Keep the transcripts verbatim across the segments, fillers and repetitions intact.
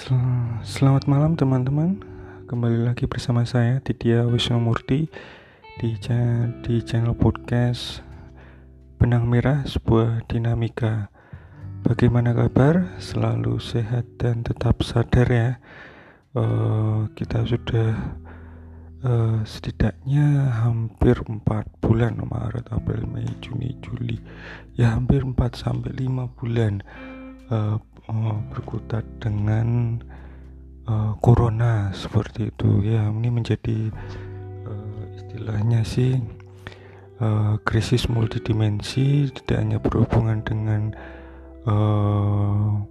Sel- Selamat malam teman-teman. Kembali lagi bersama saya Ditya Wisnumurti di cha- di channel podcast Benang Merah Sebuah Dinamika. Bagaimana kabar? Selalu sehat dan tetap sadar ya. Eh, kita sudah eh, setidaknya hampir empat bulan, Maret, April, Mei, Juni, Juli. Ya hampir empat sampai lima bulan eh, eh, berkutat dengan uh, corona seperti itu ya. Ini menjadi uh, istilahnya sih uh, krisis multidimensi, tidak hanya berhubungan dengan uh,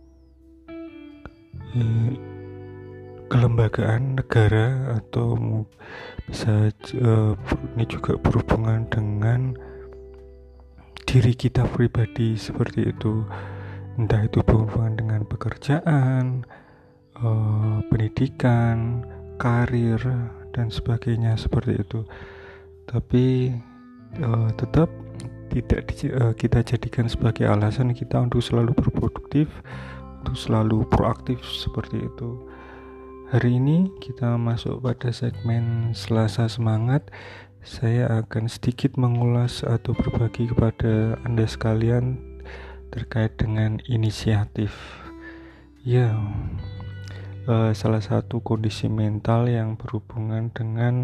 eh, kelembagaan negara atau bisa uh, ini juga berhubungan dengan diri kita pribadi seperti itu, entah itu berhubungan dengan pekerjaan, Uh, pendidikan, karir, dan sebagainya seperti itu. Tapi uh, tetap tidak di, uh, kita jadikan sebagai alasan kita untuk selalu berproduktif, untuk selalu proaktif seperti itu. Hari ini kita masuk pada segmen Selasa Semangat. Saya akan sedikit mengulas atau berbagi kepada Anda sekalian terkait dengan inisiatif. Ya, Uh, salah satu kondisi mental yang berhubungan dengan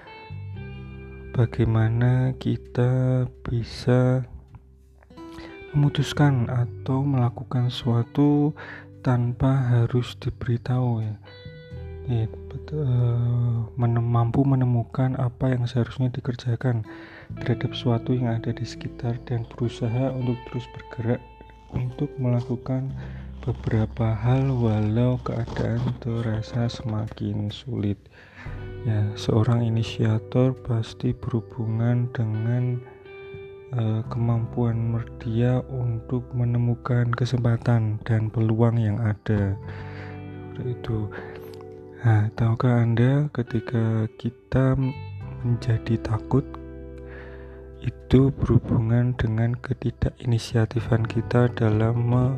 bagaimana kita bisa memutuskan atau melakukan sesuatu tanpa harus diberitahu ya. Ya, betul, uh, menem- mampu menemukan apa yang seharusnya dikerjakan terhadap sesuatu yang ada di sekitar dan berusaha untuk terus bergerak untuk melakukan beberapa hal walau keadaan terasa semakin sulit. Ya, seorang inisiator pasti berhubungan dengan uh, kemampuan dia untuk menemukan kesempatan dan peluang yang ada. Seperti itu. Nah, tahukah Anda ketika kita menjadi takut itu berhubungan dengan ketidakinisiatifan kita dalam me-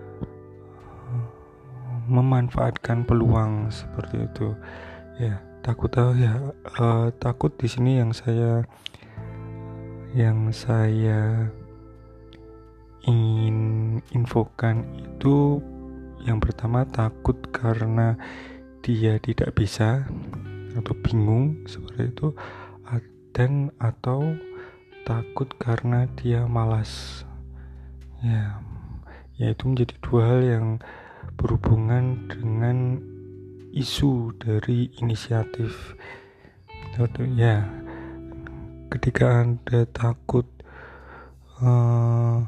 memanfaatkan peluang seperti itu. Ya, takut tahu ya. Uh, takut di sini yang saya yang saya ingin infokan itu yang pertama takut karena dia tidak bisa atau bingung seperti itu, dan atau takut karena dia malas. Ya, yaitu menjadi dua hal yang berhubungan dengan isu dari inisiatif. Ya, ketika Anda takut uh,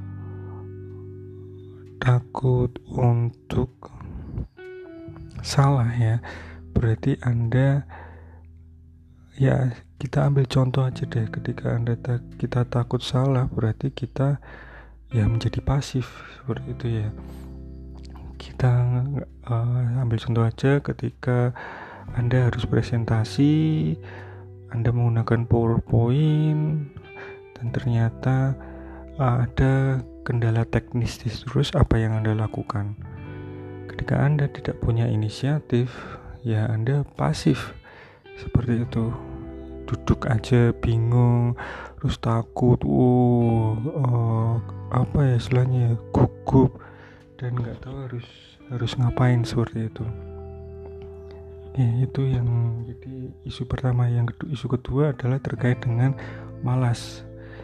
takut untuk salah ya, berarti Anda, ya kita ambil contoh aja deh, ketika Anda ta- kita takut salah berarti kita ya menjadi pasif seperti itu ya. Kita uh, ambil contoh aja ketika Anda harus presentasi, Anda menggunakan PowerPoint dan ternyata uh, ada kendala teknis, terus apa yang Anda lakukan? Ketika Anda tidak punya inisiatif, ya Anda pasif seperti itu, duduk aja bingung, terus takut, oh, uh, apa ya istilahnya, gugup dan nggak tahu harus harus ngapain seperti itu. Ya, itu yang jadi isu pertama. Yang kedua, isu kedua adalah terkait dengan malas.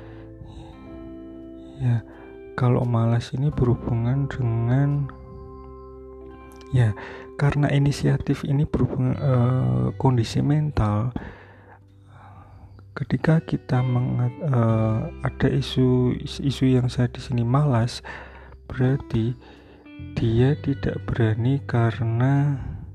Ya, kalau malas ini berhubungan dengan ya karena inisiatif ini berhubungan uh, kondisi mental. Ketika kita mengat, uh, ada isu isu yang saya di sini malas, berarti dia tidak berani karena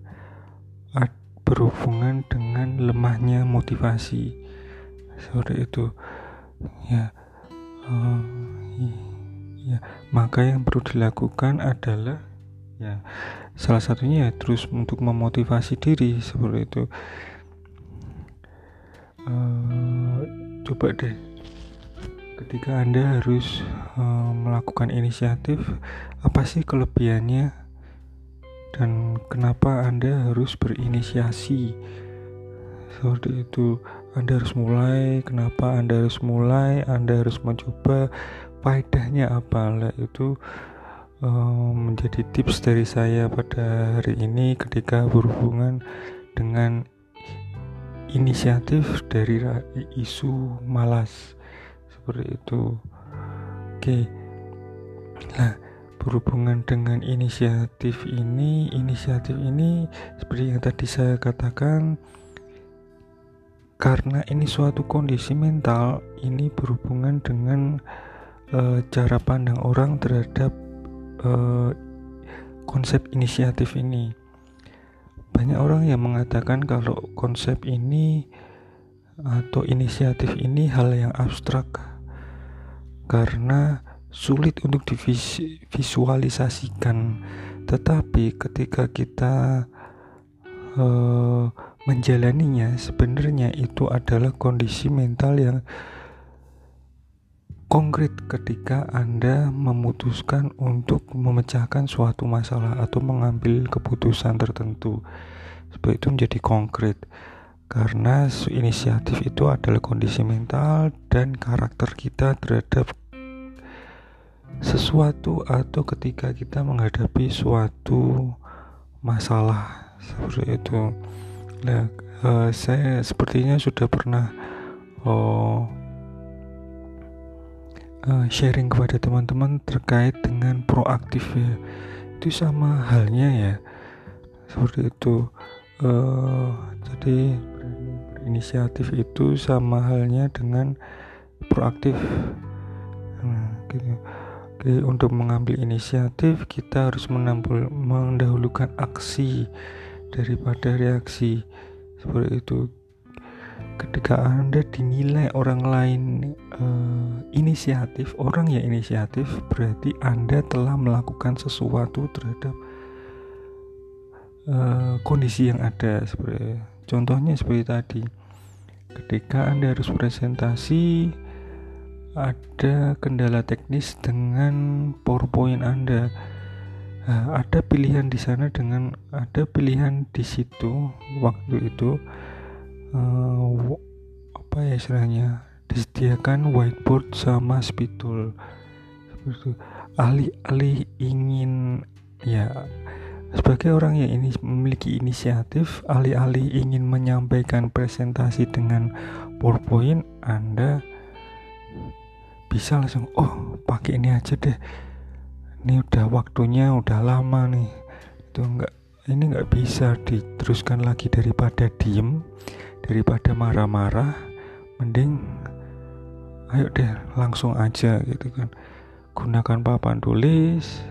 berhubungan dengan lemahnya motivasi seperti itu ya. Uh, ya maka yang perlu dilakukan adalah ya salah satunya ya, terus untuk memotivasi diri seperti itu. Uh, coba deh ketika Anda harus uh, melakukan inisiatif, apa sih kelebihannya dan kenapa Anda harus berinisiasi seperti itu. Anda harus mulai, kenapa Anda harus mulai, Anda harus mencoba, faedahnya apa. Lah itu um, menjadi tips dari saya pada hari ini ketika berhubungan dengan inisiatif dari isu malas seperti itu. Oke. Nah, berhubungan dengan inisiatif ini, inisiatif ini seperti yang tadi saya katakan, karena ini suatu kondisi mental, ini berhubungan dengan uh, cara pandang orang terhadap uh, konsep inisiatif ini. Banyak orang yang mengatakan kalau konsep ini atau inisiatif ini hal yang abstrak karena sulit untuk divisualisasikan. Tetapi ketika kita uh, menjalaninya, sebenarnya itu adalah kondisi mental yang konkret ketika Anda memutuskan untuk memecahkan suatu masalah atau mengambil keputusan tertentu. Sebab itu menjadi konkret karena inisiatif itu adalah kondisi mental dan karakter kita terhadap sesuatu atau ketika kita menghadapi suatu masalah seperti itu. Nah, uh, saya sepertinya sudah pernah oh, uh, sharing kepada teman-teman terkait dengan proaktif ya. Itu sama halnya ya, seperti itu. Uh, jadi berinisiatif itu sama halnya dengan proaktif. Nah, gitu. Jadi untuk mengambil inisiatif kita harus menampul, mendahulukan aksi daripada reaksi seperti itu. Ketika Anda dinilai orang lain uh, inisiatif, orang yang inisiatif, berarti Anda telah melakukan sesuatu terhadap uh, kondisi yang ada. Seperti contohnya seperti tadi, ketika Anda harus presentasi, ada kendala teknis dengan PowerPoint Anda. Nah, ada pilihan di sana dengan ada pilihan di situ waktu itu uh, apa ya istilahnya, disediakan whiteboard sama spidol seperti itu. Alih-alih ingin ya sebagai orang yang ini memiliki inisiatif, alih-alih ingin menyampaikan presentasi dengan PowerPoint, Anda bisa langsung oh pakai ini aja deh, ini udah waktunya udah lama nih. Itu enggak, ini enggak bisa diteruskan lagi. Daripada diem, daripada marah-marah, mending ayo deh langsung aja gitu kan. Gunakan papan tulis,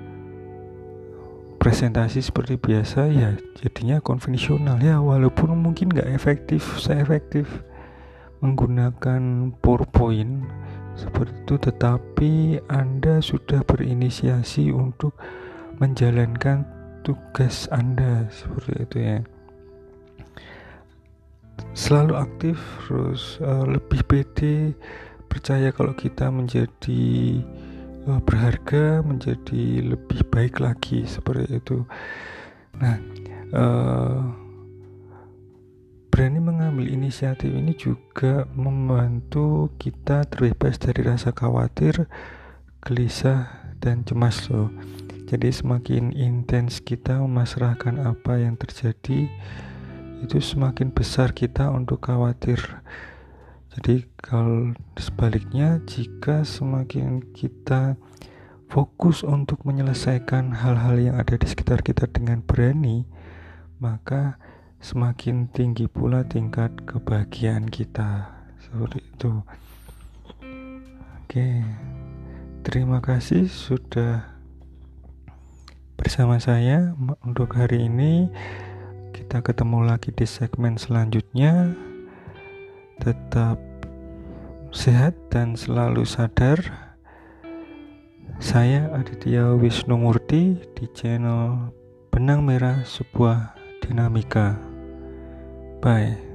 presentasi seperti biasa ya, jadinya konvensional ya, walaupun mungkin enggak efektif seefektif menggunakan PowerPoint seperti itu, tetapi Anda sudah berinisiasi untuk menjalankan tugas Anda seperti itu ya. Selalu aktif, terus uh, lebih pede, percaya kalau kita menjadi uh, berharga, menjadi lebih baik lagi seperti itu. Nah, uh, berani mengambil inisiatif ini juga membantu kita terbebas dari rasa khawatir, gelisah, dan cemas loh. Jadi semakin intens kita memasrahkan apa yang terjadi, itu semakin besar kita untuk khawatir. Jadi kalau sebaliknya, jika semakin kita fokus untuk menyelesaikan hal-hal yang ada di sekitar kita dengan berani, maka semakin tinggi pula tingkat kebahagiaan kita seperti itu. Oke, terima kasih sudah bersama saya untuk hari ini. Kita ketemu lagi di segmen selanjutnya. Tetap sehat dan selalu sadar. Saya Aditya Wisnumurti di channel Benang Merah Sebuah Dinamika. Bye.